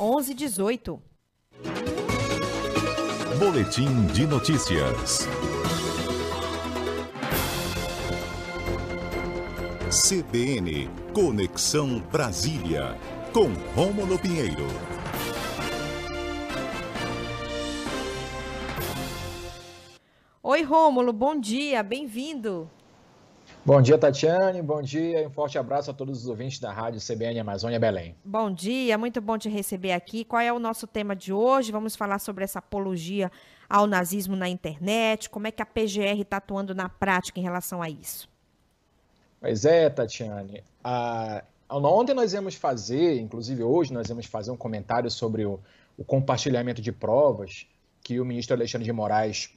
1118. Boletim de notícias. CBN Conexão Brasília, com Rômulo Pinheiro. Oi, Rômulo, bom dia, bem-vindo. Bom dia, Tatiane, bom dia e um forte abraço a todos os ouvintes da Rádio CBN Amazônia Belém. Bom dia, muito bom te receber aqui. Qual é o nosso tema de hoje? Vamos falar sobre essa apologia ao nazismo na internet, como é que a PGR está atuando na prática em relação a isso? Pois é, Tatiane. Ontem nós íamos fazer, inclusive hoje nós íamos fazer um comentário sobre o compartilhamento de provas que o ministro Alexandre de Moraes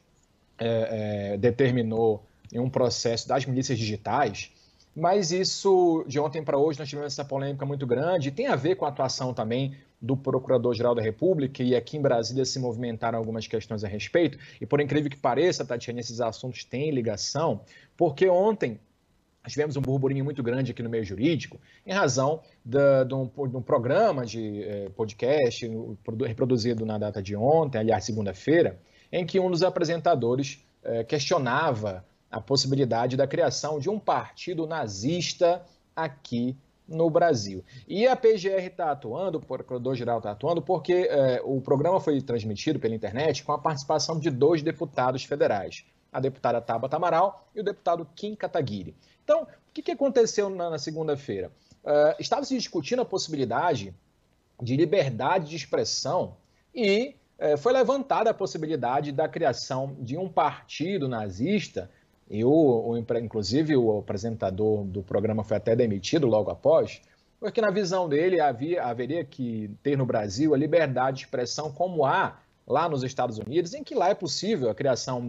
determinou em um processo das milícias digitais, mas isso, de ontem para hoje, nós tivemos essa polêmica muito grande, e tem a ver com a atuação também do Procurador-Geral da República, e aqui em Brasília se movimentaram algumas questões a respeito, e por incrível que pareça, Tatiana, esses assuntos têm ligação, porque ontem nós tivemos um burburinho muito grande aqui no meio jurídico, em razão de um programa de podcast reproduzido na data de ontem, aliás, segunda-feira, em que um dos apresentadores questionava a possibilidade da criação de um partido nazista aqui no Brasil. E a PGR está atuando, o Procurador-Geral está atuando, porque o programa foi transmitido pela internet com a participação de 2 deputados federais, a deputada Tabata Amaral e o deputado Kim Kataguiri. Então, o que aconteceu na segunda-feira? Estava se discutindo a possibilidade de liberdade de expressão e foi levantada a possibilidade da criação de um partido nazista. E inclusive o apresentador do programa foi até demitido logo após, porque na visão dele haveria que ter no Brasil a liberdade de expressão como há lá nos Estados Unidos, em que lá é possível a criação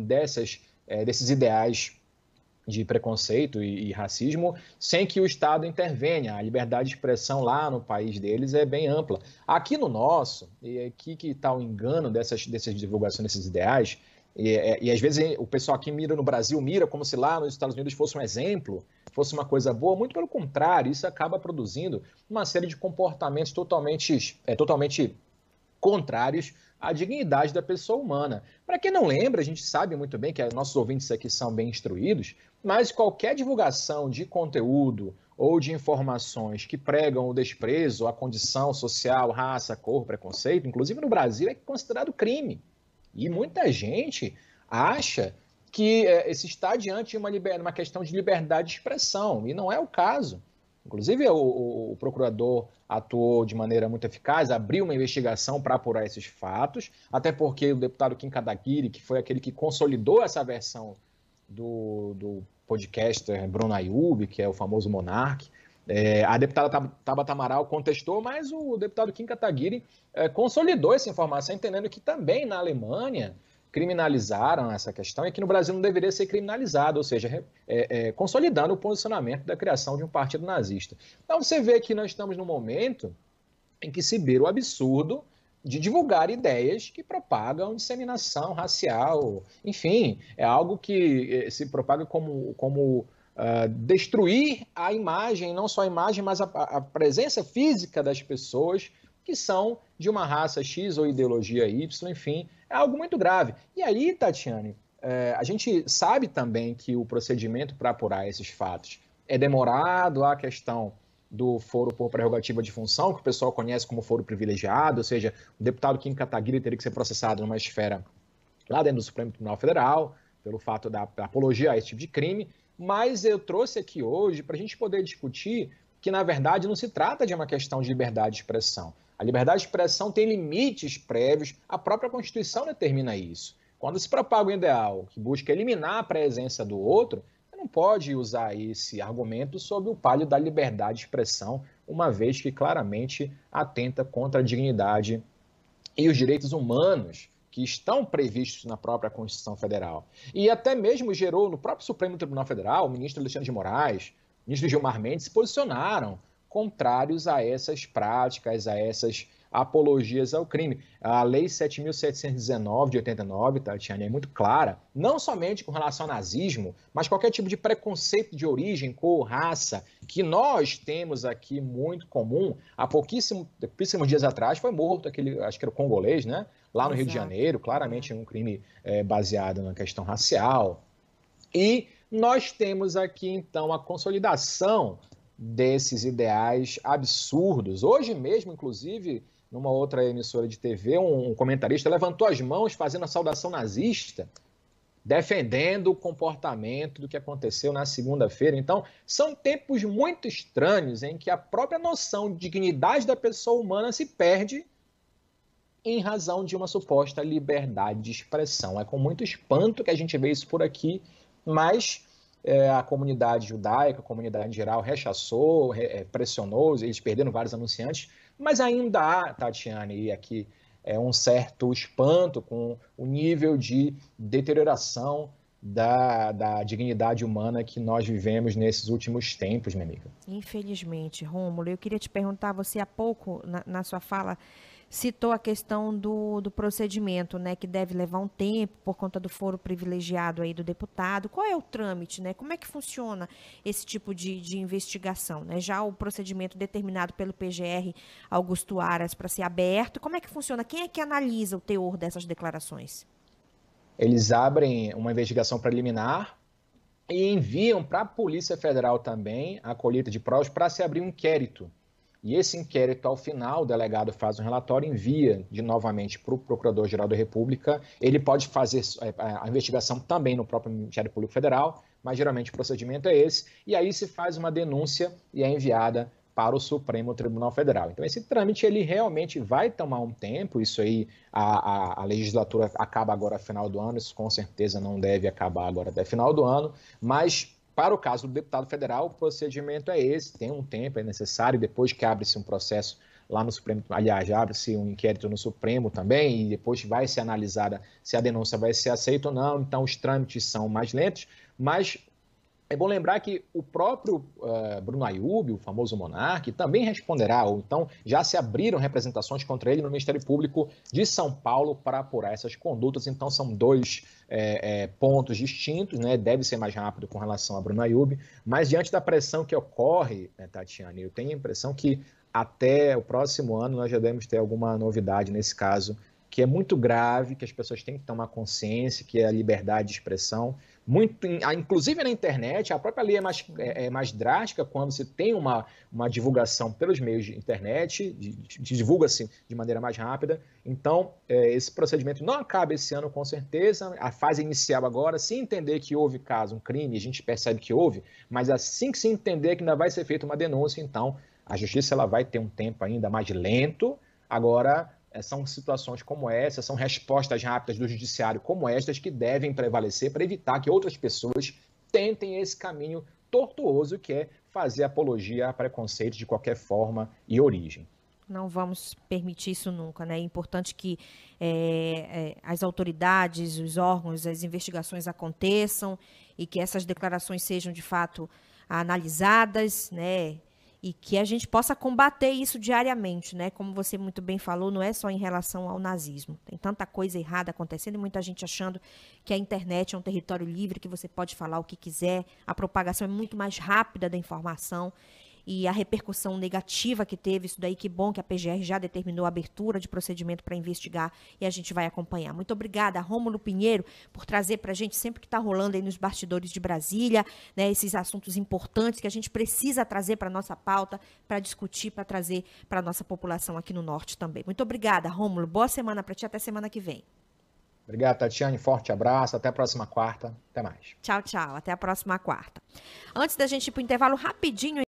desses ideais de preconceito e racismo sem que o Estado intervenha. A liberdade de expressão lá no país deles é bem ampla. Aqui no nosso, e aqui que está o engano dessas divulgações desses ideais, e às vezes o pessoal aqui no Brasil mira como se lá nos Estados Unidos fosse um exemplo, fosse uma coisa boa. Muito pelo contrário, isso acaba produzindo uma série de comportamentos totalmente contrários à dignidade da pessoa humana. Para quem não lembra, a gente sabe muito bem que nossos ouvintes aqui são bem instruídos, mas qualquer divulgação de conteúdo ou de informações que pregam o desprezo à condição social, raça, cor, preconceito, inclusive no Brasil, é considerado crime. E muita gente acha que se está diante de uma questão de liberdade de expressão, e não é o caso. Inclusive, o procurador atuou de maneira muito eficaz, abriu uma investigação para apurar esses fatos, até porque o deputado Kim Kataguiri, que foi aquele que consolidou essa versão do podcaster Bruno Ayub, que é o famoso Monark, a deputada Tabata Amaral contestou, mas o deputado Kim Kataguiri consolidou essa informação, entendendo que também na Alemanha criminalizaram essa questão e que no Brasil não deveria ser criminalizado, ou seja, consolidando o posicionamento da criação de um partido nazista. Então você vê que nós estamos num momento em que se beira o absurdo de divulgar ideias que propagam disseminação racial, enfim, é algo que se propaga como destruir a imagem, não só a imagem, mas a presença física das pessoas que são de uma raça X ou ideologia Y, enfim, é algo muito grave. E aí, Tatiane, a gente sabe também que o procedimento para apurar esses fatos é demorado, a questão do foro por prerrogativa de função, que o pessoal conhece como foro privilegiado, ou seja, o deputado Kim Kataguiri teria que ser processado numa esfera lá dentro do Supremo Tribunal Federal, pelo fato da apologia a esse tipo de crime, mas eu trouxe aqui hoje para a gente poder discutir que, na verdade, não se trata de uma questão de liberdade de expressão. A liberdade de expressão tem limites prévios, a própria Constituição determina isso. Quando se propaga um ideal que busca eliminar a presença do outro, você não pode usar esse argumento sob o palio da liberdade de expressão, uma vez que claramente atenta contra a dignidade e os direitos humanos que estão previstos na própria Constituição Federal. E até mesmo gerou no próprio Supremo Tribunal Federal, o ministro Alexandre de Moraes, o ministro Gilmar Mendes, se posicionaram contrários a essas práticas, a essas apologias ao crime. A Lei 7.719 de 89, Tatiana, é muito clara, não somente com relação ao nazismo, mas qualquer tipo de preconceito de origem, cor, raça, que nós temos aqui muito comum. Há pouquíssimos dias atrás foi morto aquele, acho que era o congolês, né? Lá no Rio de Janeiro, claramente um crime baseado na questão racial. E nós temos aqui, então, a consolidação desses ideais absurdos. Hoje mesmo, inclusive, numa outra emissora de TV, um comentarista levantou as mãos fazendo a saudação nazista, defendendo o comportamento do que aconteceu na segunda-feira. Então, são tempos muito estranhos em que a própria noção de dignidade da pessoa humana se perde em razão de uma suposta liberdade de expressão. É com muito espanto que a gente vê isso por aqui, mas a comunidade judaica, a comunidade em geral, rechaçou, pressionou, eles perderam vários anunciantes, mas ainda há, Tatiane, e aqui um certo espanto com o nível de deterioração da dignidade humana que nós vivemos nesses últimos tempos, minha amiga. Infelizmente, Rômulo, eu queria te perguntar, você há pouco, na sua fala, citou a questão do procedimento, né, que deve levar um tempo por conta do foro privilegiado aí do deputado. Qual é o trâmite, né? Como é que funciona esse tipo de investigação, né? Já o procedimento determinado pelo PGR Augusto Aras para ser aberto, como é que funciona? Quem é que analisa o teor dessas declarações? Eles abrem uma investigação preliminar e enviam para a Polícia Federal também a colheita de provas para se abrir um inquérito. E esse inquérito, ao final, o delegado faz um relatório e envia novamente para o Procurador-Geral da República. Ele pode fazer a investigação também no próprio Ministério Público Federal, mas geralmente o procedimento é esse. E aí se faz uma denúncia e é enviada para o Supremo Tribunal Federal. Então, esse trâmite ele realmente vai tomar um tempo. Isso aí, a legislatura acaba agora no final do ano, isso com certeza não deve acabar agora até final do ano, mas para o caso do deputado federal, o procedimento é esse, tem um tempo, é necessário, depois que abre-se um processo lá no Supremo, aliás, abre-se um inquérito no Supremo também, e depois vai ser analisada se a denúncia vai ser aceita ou não, então os trâmites são mais lentos, mas é bom lembrar que o próprio Bruno Ayoub, o famoso monarca, também responderá, ou então já se abriram representações contra ele no Ministério Público de São Paulo para apurar essas condutas, então são dois pontos distintos, né? Deve ser mais rápido com relação a Bruno Ayoub, mas diante da pressão que ocorre, Tatiane, eu tenho a impressão que até o próximo ano nós já devemos ter alguma novidade nesse caso, que é muito grave, que as pessoas têm que tomar consciência, que é a liberdade de expressão, inclusive na internet, a própria lei é mais drástica quando se tem uma divulgação pelos meios de internet, divulga-se de maneira mais rápida. Então, esse procedimento não acaba esse ano com certeza, a fase inicial agora, se entender que houve caso, um crime, a gente percebe que houve, mas assim que se entender que ainda vai ser feita uma denúncia, então a justiça ela vai ter um tempo ainda mais lento. Agora, são situações como essa, são respostas rápidas do judiciário como estas que devem prevalecer para evitar que outras pessoas tentem esse caminho tortuoso que é fazer apologia a preconceito de qualquer forma e origem. Não vamos permitir isso nunca, né? É importante que as autoridades, os órgãos, as investigações aconteçam e que essas declarações sejam, de fato, analisadas, né? E que a gente possa combater isso diariamente, né? Como você muito bem falou, não é só em relação ao nazismo. Tem tanta coisa errada acontecendo e muita gente achando que a internet é um território livre, que você pode falar o que quiser. A propagação é muito mais rápida da informação. E a repercussão negativa que teve, isso daí, que bom que a PGR já determinou a abertura de procedimento para investigar e a gente vai acompanhar. Muito obrigada, Rômulo Pinheiro, por trazer para a gente, sempre que está rolando aí nos bastidores de Brasília, né, esses assuntos importantes que a gente precisa trazer para a nossa pauta, para discutir, para trazer para a nossa população aqui no Norte também. Muito obrigada, Rômulo. Boa semana para ti, até semana que vem. Obrigado, Tatiane. Forte abraço. Até a próxima quarta. Até mais. Tchau, tchau. Até a próxima quarta. Antes da gente ir para o intervalo rapidinho,